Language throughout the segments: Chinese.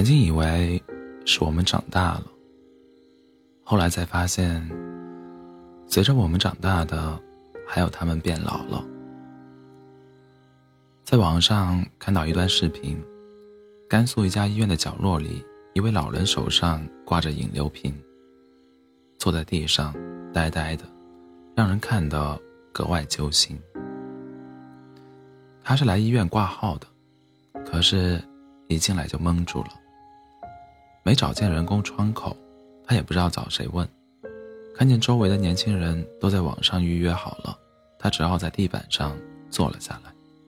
曾经以为是我们长大了，后来才发现，随着我们长大的，还有他们变老了。在网上看到一段视频，甘肃一家医院的角落里，一位老人手上挂着饮料瓶，坐在地上呆呆的，让人看得格外揪心。他是来医院挂号的，可是一进来就懵住了，没找见人工窗口，他也不知道找谁问。看见周围的年轻人都在网上预约好了，他只好在地板上坐了下来。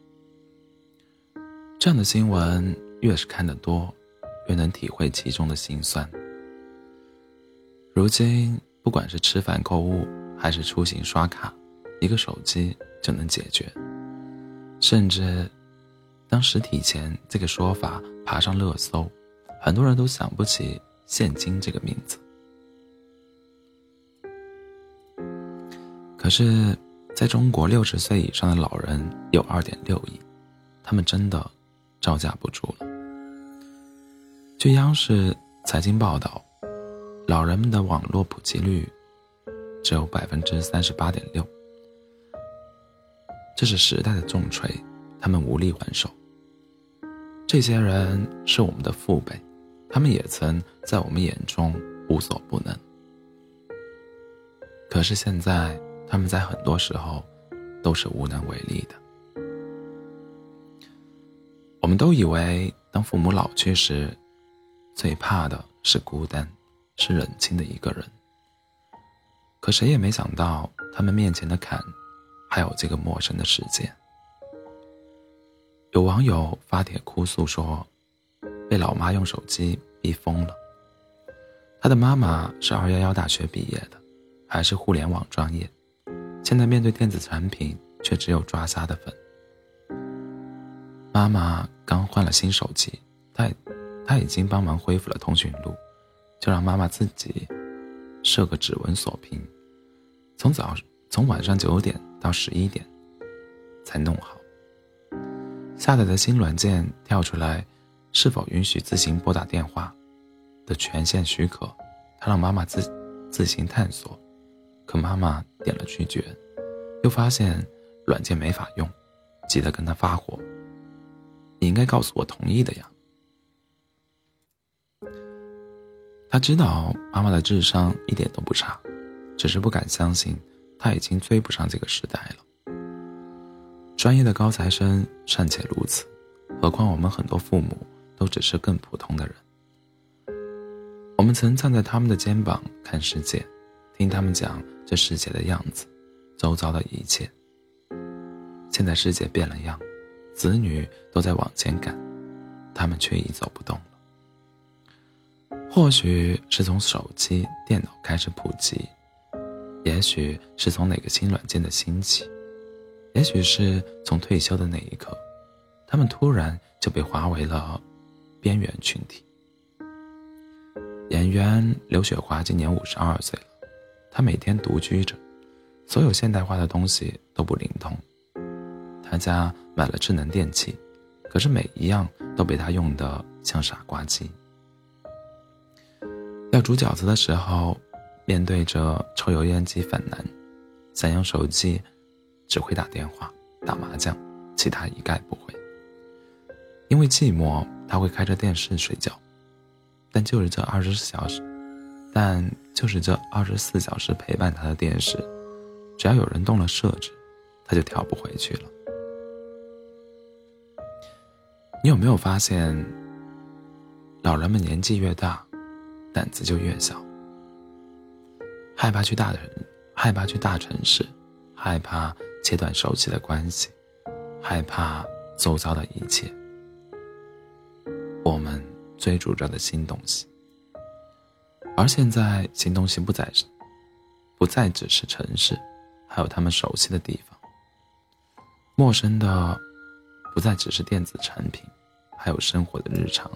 这样的新闻越是看得多，越能体会其中的辛酸。如今不管是吃饭购物还是出行刷卡，一个手机就能解决。甚至当实体钱这个说法爬上热搜，很多人都想不起现金这个名字。可是在中国60岁以上的老人有2.6亿，他们真的招架不住了。据央视财经报道，老人们的网络普及率只有 38.6%， 这是时代的重锤，他们无力还手。这些人是我们的父辈，他们也曾在我们眼中无所不能。可是现在他们在很多时候都是无能为力的。我们都以为当父母老去时，最怕的是孤单，是冷清的一个人。可谁也没想到，他们面前的坎还有这个陌生的世界。有网友发帖哭诉说，被老妈用手机逼疯了。他的妈妈是211大学毕业的，还是互联网专业，现在面对电子产品却只有抓瞎的份。妈妈刚换了新手机，他已经帮忙恢复了通讯录，就让妈妈自己设个指纹锁屏，从晚上9点到11点才弄好。下载的新软件跳出来是否允许自行拨打电话的权限许可，他让妈妈自行探索，可妈妈点了拒绝，又发现软件没法用，急得跟他发火，你应该告诉我同意的呀。他知道妈妈的智商一点都不差，只是不敢相信他已经追不上这个时代了。专业的高材生尚且如此，何况我们很多父母都只是更普通的人。我们曾站在他们的肩膀看世界，听他们讲这世界的样子，周遭的一切。现在世界变了样，子女都在往前赶，他们却已走不动了。或许是从手机、电脑开始普及，也许是从哪个新软件的兴起，也许是从退休的那一刻，他们突然就被划为了边缘群体。演员刘雪华今年52岁了，她每天独居着，所有现代化的东西都不灵通。她家买了智能电器，可是每一样都被她用得像傻瓜机。要煮饺子的时候，面对着抽油烟机犯难，想用手机只会打电话、打麻将，其他一概不会。因为寂寞，他会开着电视睡觉，但就是这24小时陪伴他的电视，只要有人动了设置，他就调不回去了。你有没有发现，老人们年纪越大，胆子就越小，害怕去大城市，害怕切断熟悉的关系，害怕周遭的一切。我们追逐着的新东西，而现在新东西不再只是城市，还有他们熟悉的地方。陌生的不再只是电子产品，还有生活的日常。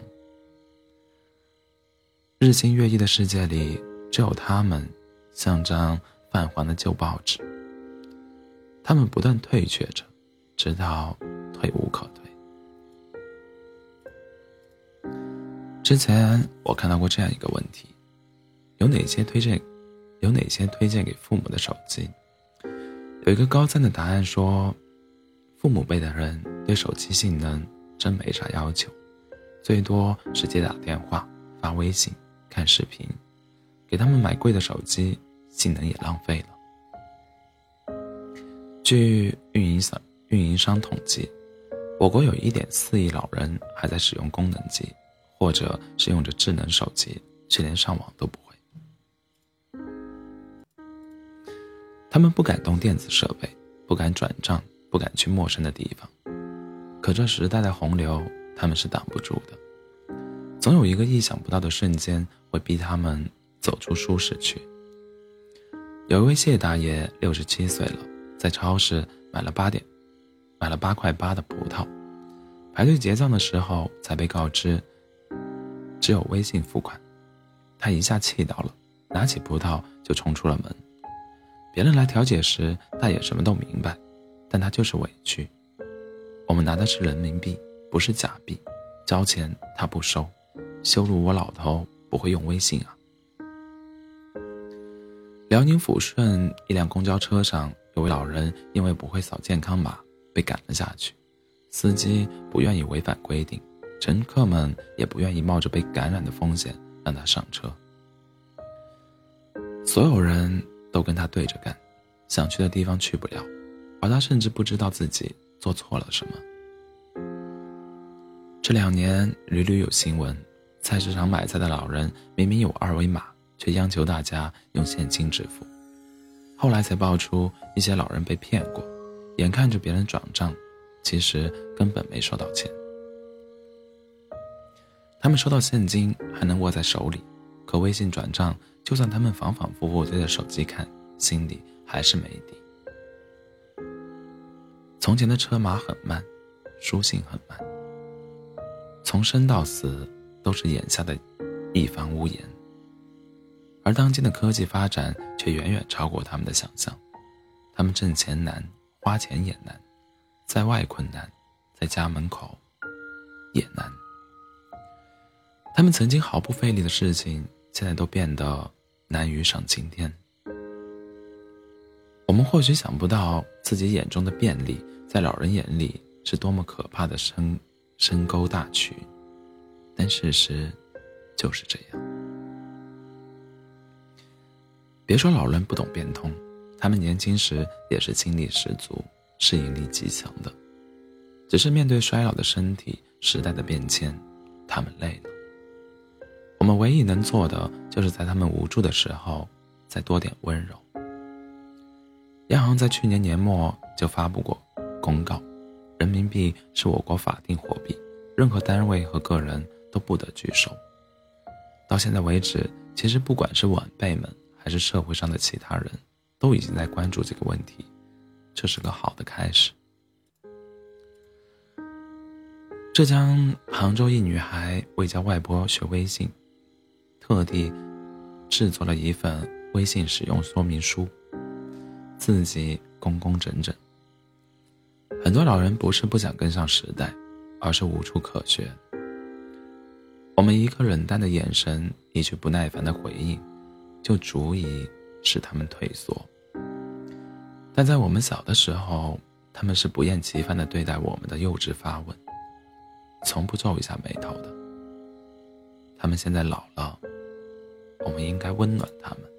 日新月异的世界里，只有他们像张泛黄的旧报纸，他们不断退却着，直到退无可退。 之前我看到过这样一个问题：有哪些推荐给父母的手机？有一个高赞的答案说，父母辈的人对手机性能真没啥要求，最多是接打电话、发微信、看视频，给他们买贵的手机，性能也浪费了。据运营商统计，我国有 1.4 亿老人还在使用功能机，或者是用着智能手机，却连上网都不会。他们不敢动电子设备，不敢转账，不敢去陌生的地方。可这时代的洪流，他们是挡不住的。总有一个意想不到的瞬间，会逼他们走出舒适区。有一位谢大爷67岁了，在超市买了8块8的葡萄，排队结账的时候才被告知只有微信付款。他一下气到了，拿起葡萄就冲出了门。别人来调解时，大爷什么都明白，但他就是委屈。我们拿的是人民币，不是假币，交钱他不收，羞辱我老头不会用微信啊。辽宁抚顺一辆公交车上，有位老人因为不会扫健康码被赶了下去，司机不愿意违反规定，乘客们也不愿意冒着被感染的风险让他上车。所有人都跟他对着干，想去的地方去不了，而他甚至不知道自己做错了什么。这2年屡屡有新闻，菜市场买菜的老人明明有2维码，却央求大家用现金支付。后来才爆出一些老人被骗过，眼看着别人转账，其实根本没收到钱。他们收到现金还能握在手里，可微信转账，就算他们反反复复对着手机看，心里还是没底。从前的车马很慢，书信很慢，从生到死都是眼下的一番屋檐。而当今的科技发展却远远超过他们的想象，他们挣钱难，花钱也难，在外困难，在家门口也难。他们曾经毫不费力的事情，现在都变得难于上青天。我们或许想不到自己眼中的便利，在老人眼里是多么可怕的深沟大渠，但事实就是这样。别说老人不懂变通，他们年轻时也是精力十足，适应力极强的，只是面对衰老的身体、时代的变迁，他们累了。我们唯一能做的，就是在他们无助的时候再多点温柔。央行在去年年末就发布过公告，人民币是我国法定货币，任何单位和个人都不得拒收。到现在为止，其实不管是晚辈们还是社会上的其他人，都已经在关注这个问题，这是个好的开始。浙江杭州一女孩为教外婆学微信，特地制作了一份微信使用说明书，字迹工工整整。很多老人不是不想跟上时代，而是无处可学。我们一个冷淡的眼神，一句不耐烦的回应，就足以使他们退缩。但在我们小的时候，他们是不厌其烦地对待我们的幼稚发问，从不皱一下眉头的。他们现在老了，我们应该温暖他们。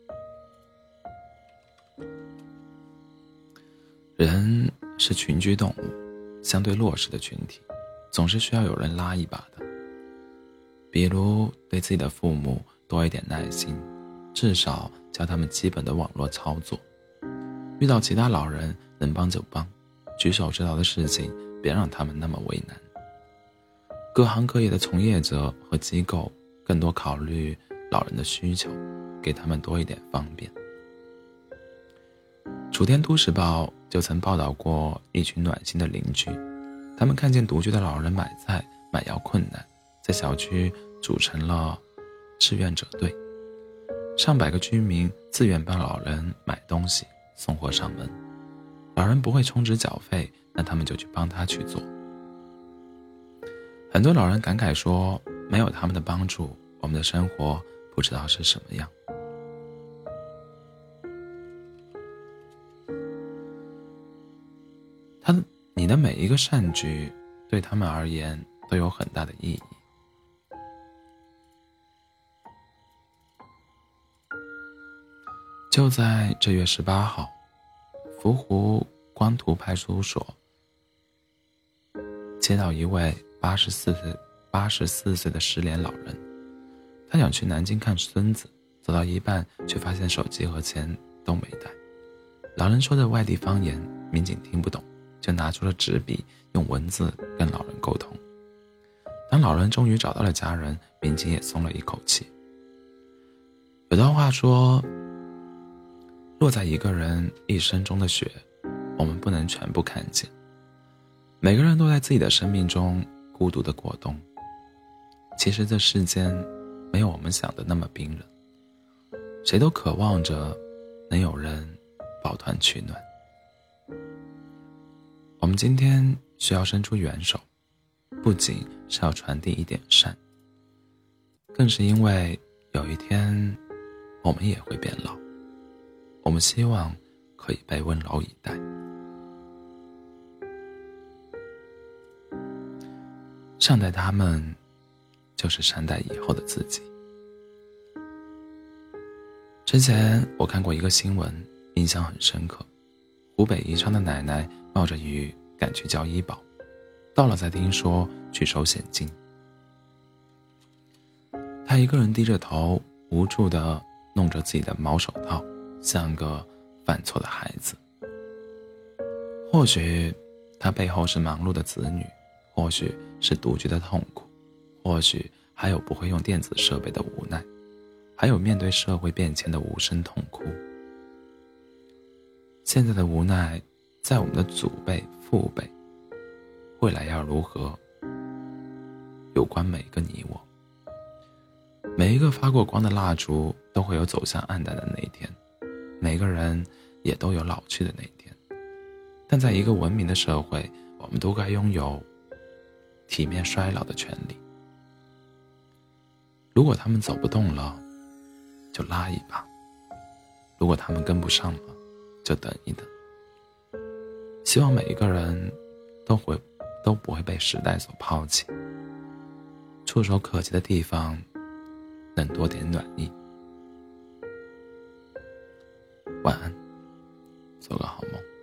人是群居动物，相对弱势的群体，总是需要有人拉一把的。比如对自己的父母多一点耐心，至少教他们基本的网络操作。遇到其他老人能帮就帮，举手知道的事情别让他们那么为难。各行各业的从业者和机构更多考虑老人的需求，给他们多一点方便。楚天都市报就曾报道过一群暖心的邻居，他们看见独居的老人买菜买药困难，在小区组成了志愿者队，上百个居民自愿帮老人买东西送货上门。老人不会充值缴费，那他们就去帮他去做。很多老人感慨说， 没有他们的帮助，我们的生活不知道是什么样。你的每一个善举，对他们而言都有很大的意义。就在这月18号，福湖光图派出所接到一位84岁的失联老人，他想去南京看孙子，走到一半却发现手机和钱都没带。老人说的外地方言，民警听不懂，就拿出了纸笔，用文字跟老人沟通。当老人终于找到了家人，民警也松了一口气。有段话说，落在一个人一生中的雪，我们不能全部看见。每个人都在自己的生命中孤独的过冬。其实这世间没有我们想的那么冰冷，谁都渴望着能有人抱团取暖。我们今天需要伸出援手，不仅是要传递一点善，更是因为有一天我们也会变老，我们希望可以被温柔以待。善待他们，就是善待以后的自己。之前我看过一个新闻，印象很深刻。湖北宜昌的奶奶冒着雨赶去交医保，到了才听说去收现金。她一个人低着头，无助地弄着自己的毛手套，像个犯错的孩子。或许她背后是忙碌的子女，或许是独居的痛苦，或许还有不会用电子设备的无奈，还有面对社会变迁的无声痛哭。现在的无奈，在我们的祖辈、父辈，未来要如何，有关每个你我。每一个发过光的蜡烛，都会有走向暗淡的那一天，每个人也都有老去的那一天。但在一个文明的社会，我们都该拥有体面衰老的权利。如果他们走不动了，就拉一把；如果他们跟不上了，就等一等。希望每一个人都不会被时代所抛弃，触手可及的地方能多点暖意。晚安，做个好梦。